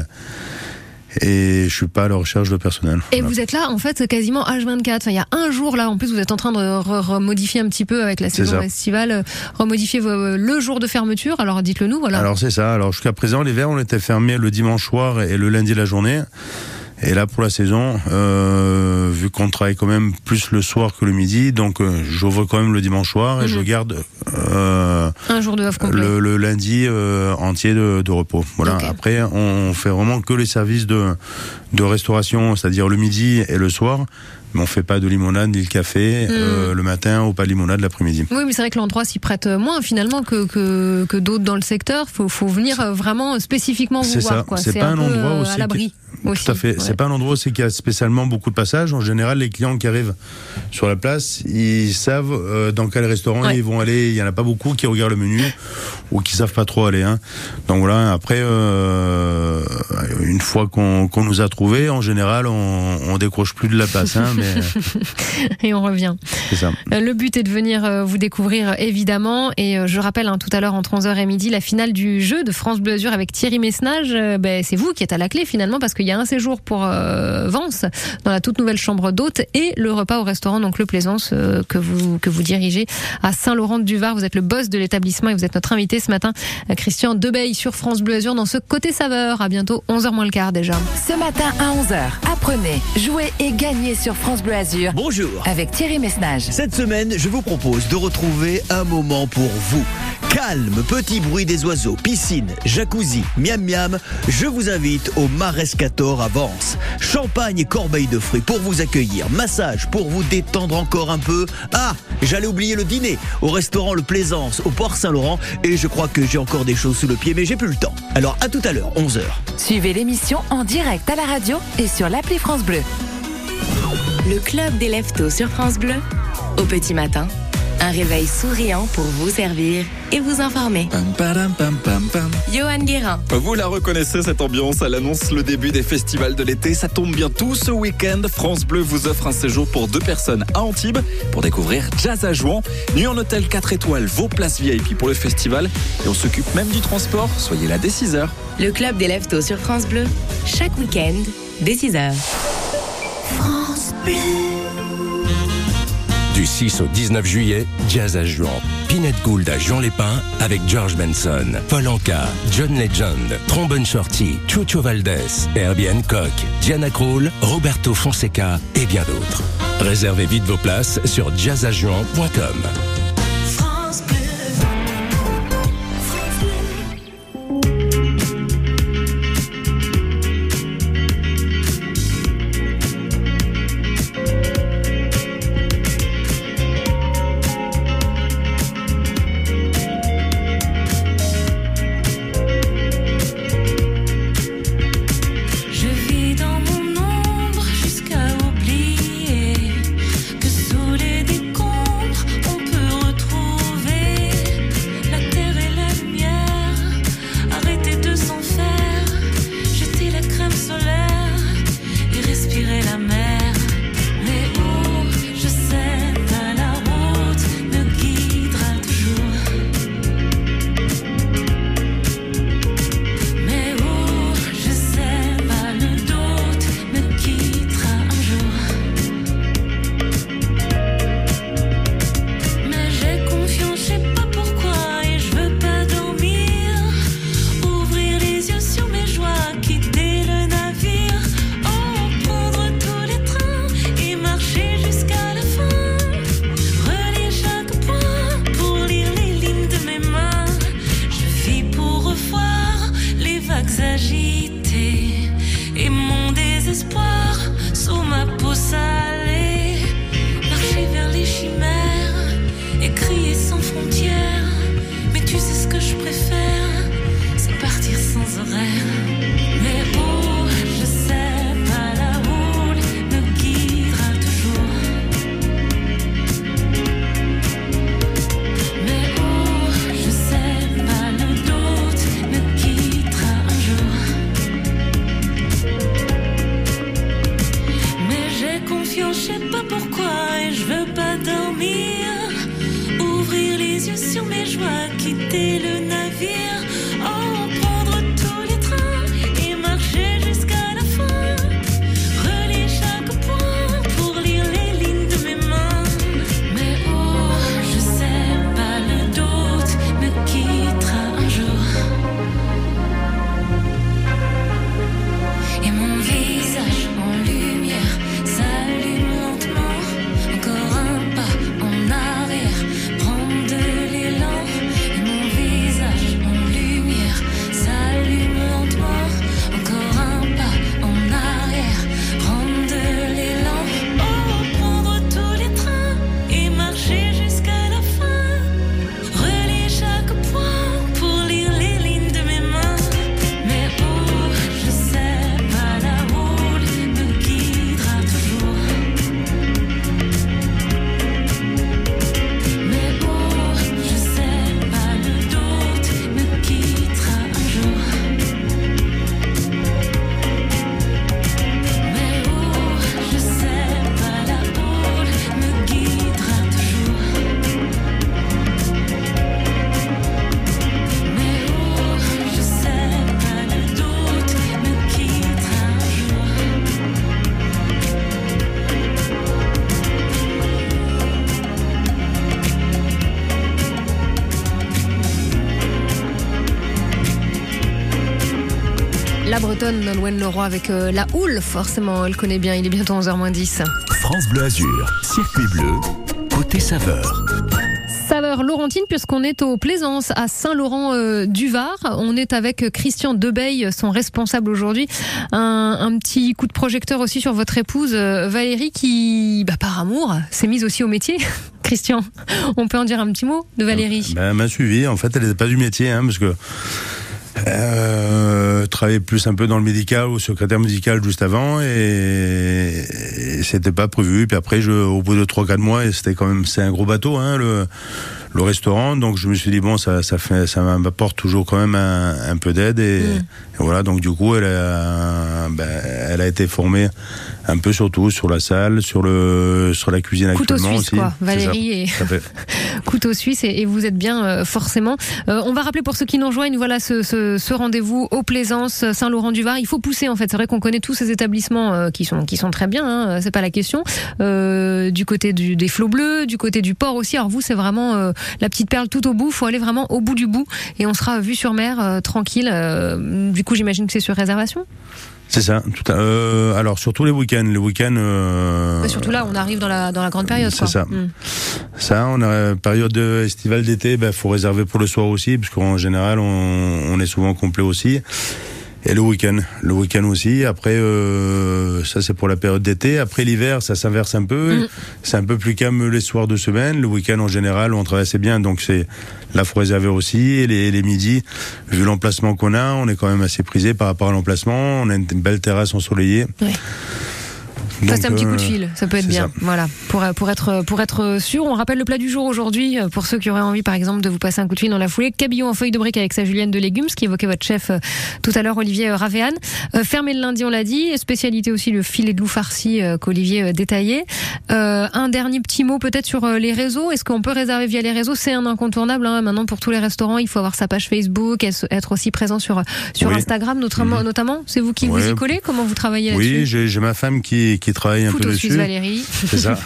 C: et je suis pas à la recherche de personnel.
B: Et
C: voilà.
B: vous êtes là, en fait, quasiment H vingt-quatre. Enfin, il y a un jour, là, en plus, vous êtes en train de re- remodifier un petit peu avec la saison estivale, euh, remodifier vos- le jour de fermeture. Alors, dites-le nous, voilà.
C: Alors, c'est ça. Alors, jusqu'à présent, l'hiver, on était fermé le dimanche soir et le lundi la journée. Et là, pour la saison, euh, vu qu'on travaille quand même plus le soir que le midi, donc euh, j'ouvre quand même le dimanche soir et mmh. je garde euh,
B: un jour de off complet.
C: Le, le lundi euh, entier de, de repos. Voilà. Okay. Après, on fait vraiment que les services de, de restauration, c'est-à-dire le midi et le soir. Mais on fait pas de limonade ni le café mmh. euh, le matin ou pas de limonade l'après-midi.
B: Oui, mais c'est vrai que l'endroit s'y prête moins finalement que que, que d'autres dans le secteur. Faut faut venir vraiment spécifiquement vous
C: c'est
B: voir.
C: Ça.
B: Quoi.
C: C'est, c'est pas un, un endroit aussi
B: à l'abri.
C: Qui...
B: Aussi.
C: Tout à fait. Ouais. C'est pas un endroit aussi qui a spécialement beaucoup de passages. En général, les clients qui arrivent sur la place, ils savent euh, dans quel restaurant ouais. ils vont aller. Il y en a pas beaucoup qui regardent le menu ou qui savent pas trop aller. Hein. Donc voilà. Après, euh, une fois qu'on, qu'on nous a trouvés, en général, on, on décroche plus de la place. Hein, mais
B: et on revient.
C: C'est ça.
B: Le but est de venir vous découvrir évidemment. Et je rappelle hein, tout à l'heure entre onze heures et midi la finale du jeu de France Bleu Azur avec Thierry Messnage. Ben, c'est vous qui êtes à la clé finalement parce qu'il y a un séjour pour euh, Vence dans la toute nouvelle chambre d'hôtes et le repas au restaurant donc le Plaisance euh, que vous que vous dirigez à Saint-Laurent-du-Var. Vous êtes le boss de l'établissement et vous êtes notre invité ce matin, Christian Debaille sur France Bleu Azur dans ce Côté Saveur. À bientôt, onze heures moins le quart déjà.
F: Ce matin à onze heures, apprenez, jouez et gagnez sur France Bleu Azur.
R: Bonjour.
F: Avec Thierry Messnage.
R: Cette semaine, je vous propose de retrouver un moment pour vous. Calme, petit bruit des oiseaux, piscine, jacuzzi, miam miam. Je vous invite au Marescator à Vence. Champagne et corbeille de fruits pour vous accueillir. Massage pour vous détendre encore un peu. Ah, j'allais oublier le dîner au restaurant Le Plaisance au Port Saint-Laurent. Et je crois que j'ai encore des choses sous le pied, mais j'ai plus le temps. Alors à tout à l'heure, onze heures.
F: Suivez l'émission en direct à la radio et sur l'appli France Bleu.
S: Le club des lève-tôt sur France Bleu. Au petit matin, un réveil souriant pour vous servir et vous informer.
T: Pam, pam, pam, pam, pam.
S: Johan Guérin.
T: Vous la reconnaissez cette ambiance, elle annonce le début des festivals de l'été. Ça tombe bien, tout ce week-end, France Bleu vous offre un séjour pour deux personnes à Antibes pour découvrir Jazz à Jouan. Nuit en hôtel quatre étoiles, vos places V I P pour le festival. Et on s'occupe même du transport. Soyez là dès six heures.
S: Le club des lève-tôt sur France Bleu, chaque week-end, dès six heures.
K: France Bleu.
I: Du six au dix-neuf juillet, Jazz à Jouan. Pinette Gould à Jean-Lépin avec George Benson, Paul Anka, John Legend, Trombone Shorty, Chucho Valdés, Herbie Hancock, Diana Krall, Roberto Fonseca et bien d'autres. Réservez vite vos places sur jazz à jouan point com.
D: Je vis dans mon ombre jusqu'à oublier que sous les sais pas pourquoi et je veux pas dormir. Ouvrir les yeux sur mes joies, quitter le navire. Oh, prendre tous les trains et marcher jusqu'à la fin. Relier chaque point pour lire les lignes de mes mains. Mais oh, je sais pas, le doute me quittera un jour. Et mon visage en lumière s'allume lentement. Encore un pas en arrière, prendre de l'élan. Et mon visage en lumière s'allume lentement. Encore un pas en arrière, prendre de l'élan. Oh, prendre tous les trains et marcher jusqu'à la fin. Relier chaque point pour lire les lignes de mes mains. Mais oh, je sais pas, la route me guidera toujours. Mais oh, je sais pas, le doute me quittera un jour. Mais oh, je sais pas, la route me guidera toujours. Mais oh, je sais pas, le doute me quittera un jour.
B: La Bretonne, Nolwenn Leroy avec euh, la houle, forcément, elle connaît bien, il est bientôt onze heures moins dix.
U: France Bleu Azur, circuit bleu, côté saveur.
B: Saveur laurentine, puisqu'on est aux Plaisances à Saint-Laurent-du-Var. On est avec Christian Debeil, son responsable aujourd'hui. Un, un petit coup de projecteur aussi sur votre épouse euh, Valérie qui, bah, par amour, s'est mise aussi au métier. Christian, on peut en dire un petit mot de Valérie?
C: Ben, elle m'a suivi. En fait, elle n'était pas du métier, hein, parce que Euh, travaillais plus un peu dans le médical ou secrétaire médical juste avant et, et c'était pas prévu. Puis après, je, au bout de trois quatre mois, et c'était quand même, c'est un gros bateau, hein, le, le restaurant. Donc je me suis dit bon, ça, ça fait, ça m'apporte toujours quand même un, un peu d'aide et, mmh. et voilà. Donc du coup, elle a, ben, elle a été formée un peu sur tout, sur la salle, sur le, sur la cuisine
B: couteau
C: actuellement
B: suisse,
C: aussi.
B: Quoi. Valérie et couteau suisse et, et vous êtes bien euh, forcément. Euh, on va rappeler pour ceux qui nous rejoignent, voilà ce, ce, ce rendez-vous aux Plaisances, Saint-Laurent-du-Var. Il faut pousser en fait. C'est vrai qu'on connaît tous ces établissements euh, qui sont qui sont très bien. Hein, c'est pas la question. Euh, du côté du, des flots bleus, du côté du port aussi. Alors vous, c'est vraiment euh, la petite perle tout au bout. Faut aller vraiment au bout du bout et on sera vue sur mer euh, tranquille. Euh, du coup, j'imagine que c'est sur réservation.
C: C'est ça. Tout à, euh, alors surtout les week-ends, les week-ends. Euh,
B: ouais, surtout là, on arrive dans la dans la grande période.
C: C'est
B: quoi.
C: ça. Mm. Ça, on a période estivale d'été. Ben, faut réserver pour le soir aussi, parce qu'en général, on, on est souvent complet aussi. Et le week-end, le week-end aussi. Après, euh, ça c'est pour la période d'été. Après l'hiver, ça s'inverse un peu. Mm. C'est un peu plus calme les soirs de semaine. Le week-end en général, on travaille assez bien. Donc c'est là, faut réserver aussi. Et les, les midis, vu l'emplacement qu'on a, on est quand même assez prisé par rapport à l'emplacement. On a une belle terrasse ensoleillée.
B: Ouais. Passer un petit coup de fil, ça peut être bien.
C: Ça.
B: Voilà, pour pour être pour être sûr. On rappelle le plat du jour aujourd'hui pour ceux qui auraient envie, par exemple, de vous passer un coup de fil dans la foulée. Cabillaud en feuilles de brique avec sa julienne de légumes, ce qui évoquait votre chef euh, tout à l'heure, Olivier euh, Ravéan. Euh, fermé le lundi, on l'a dit. Spécialité aussi le filet de loup farci euh, qu'Olivier euh, détaillait. Euh, un dernier petit mot peut-être sur euh, les réseaux. Est-ce qu'on peut réserver via les réseaux? C'est un incontournable. Hein. Maintenant pour tous les restaurants, il faut avoir sa page Facebook, être aussi présent sur sur oui. Instagram, notamment. Mmh. Notamment, c'est vous qui ouais. vous y collez. Comment vous travaillez là-dessus?
C: Oui, j'ai, j'ai ma femme qui qui travaille un
B: Couteau
C: peu dessus.
B: Valérie.
C: C'est ça.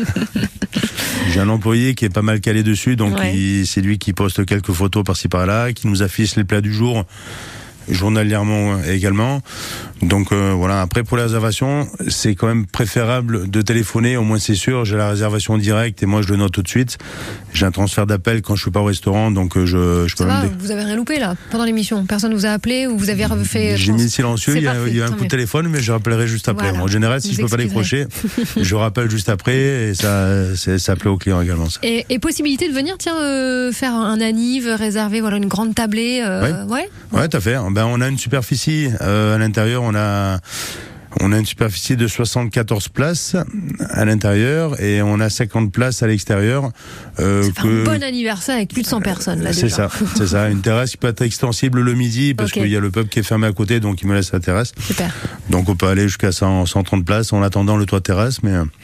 C: J'ai un employé qui est pas mal calé dessus, donc ouais. il, c'est lui qui poste quelques photos par-ci par-là, qui nous affiche les plats du jour journalièrement également. Donc euh, voilà, après pour les réservations, c'est quand même préférable de téléphoner, au moins c'est sûr, j'ai la réservation directe et moi je le note tout de suite. J'ai un transfert d'appel quand je suis pas au restaurant, donc euh, je, je peux
B: Ça
C: même...
B: va, vous avez rien loupé là, pendant l'émission? Personne vous a appelé ou vous avez fait...
C: J'ai mis silencieux, il y a, il y a un coup mieux. de téléphone, mais je rappellerai juste après. Voilà. En général, si vous je peux excuserez. pas décrocher, je rappelle juste après et ça, c'est, ça plaît aux clients également. Ça.
B: Et, et possibilité de venir, tiens, euh, faire un anniv, réserver voilà, une grande tablée euh,
C: ouais. Ouais, ouais, tout à fait. Ben, on a une superficie euh, à l'intérieur, on a on a une superficie de soixante-quatorze places à l'intérieur et on a cinquante places à l'extérieur.
B: Euh, ça fait que... un bon anniversaire avec plus de cent personnes là
C: c'est
B: déjà.
C: ça, c'est ça. Une terrasse qui peut être extensible le midi parce okay. qu'il y a le pub qui est fermé à côté, donc il me laisse la terrasse.
B: Super.
C: Donc on peut aller jusqu'à cent, cent trente places en attendant le toit terrasse, mais.
B: Eh ben,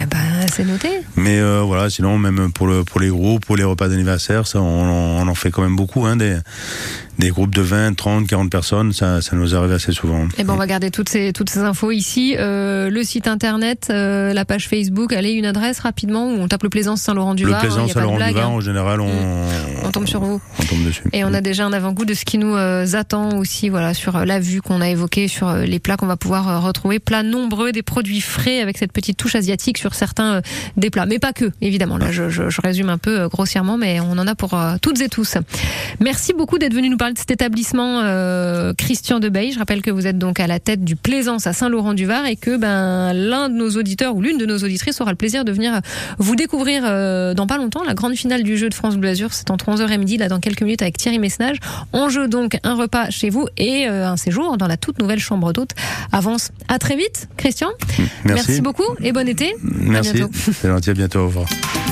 B: c'est noté.
C: Mais euh, voilà, sinon même pour le pour les groupes, pour les repas d'anniversaire, ça on, on en fait quand même beaucoup, hein, des des groupes de vingt, trente, quarante personnes, ça ça nous arrive assez souvent.
B: Et ben on va garder toutes ces toutes ces infos ici, euh, le site internet, euh, la page Facebook, allez, une adresse rapidement où on tape le Plaisance Saint-Laurent-du-Var.
C: Le Plaisance
B: hein,
C: Saint-Laurent-du-Var,
B: hein.
C: en général, on,
B: mmh. on tombe sur vous.
C: On tombe dessus.
B: Et on a déjà un avant-goût de ce qui nous euh, attend aussi, voilà, sur la vue qu'on a évoquée, sur euh, les plats qu'on va pouvoir euh, retrouver, plats nombreux, des produits frais avec cette petite touche asiatique sur certains euh, des plats, mais pas que, évidemment. Là, je, je, je résume un peu euh, grossièrement, mais on en a pour euh, toutes et tous. Merci beaucoup d'être venu nous parler de cet établissement, euh, Christian Debaille. Je rappelle que vous êtes donc à la tête du Plaisance à Saint-Laurent-du-Var et que ben l'un de nos auditeurs ou l'une de nos auditrices aura le plaisir de venir vous découvrir euh, dans pas longtemps. La grande finale du jeu de France Bleu Azur, c'est entre onze heures et midi, là dans quelques minutes avec Thierry Messnage. On joue donc un repas chez vous et euh, un séjour dans la toute nouvelle chambre d'hôte. Avance. À très vite, Christian.
C: Merci.
B: Merci beaucoup et bon été.
C: Merci.
B: À bientôt.
C: C'est gentil, à bientôt. Au revoir.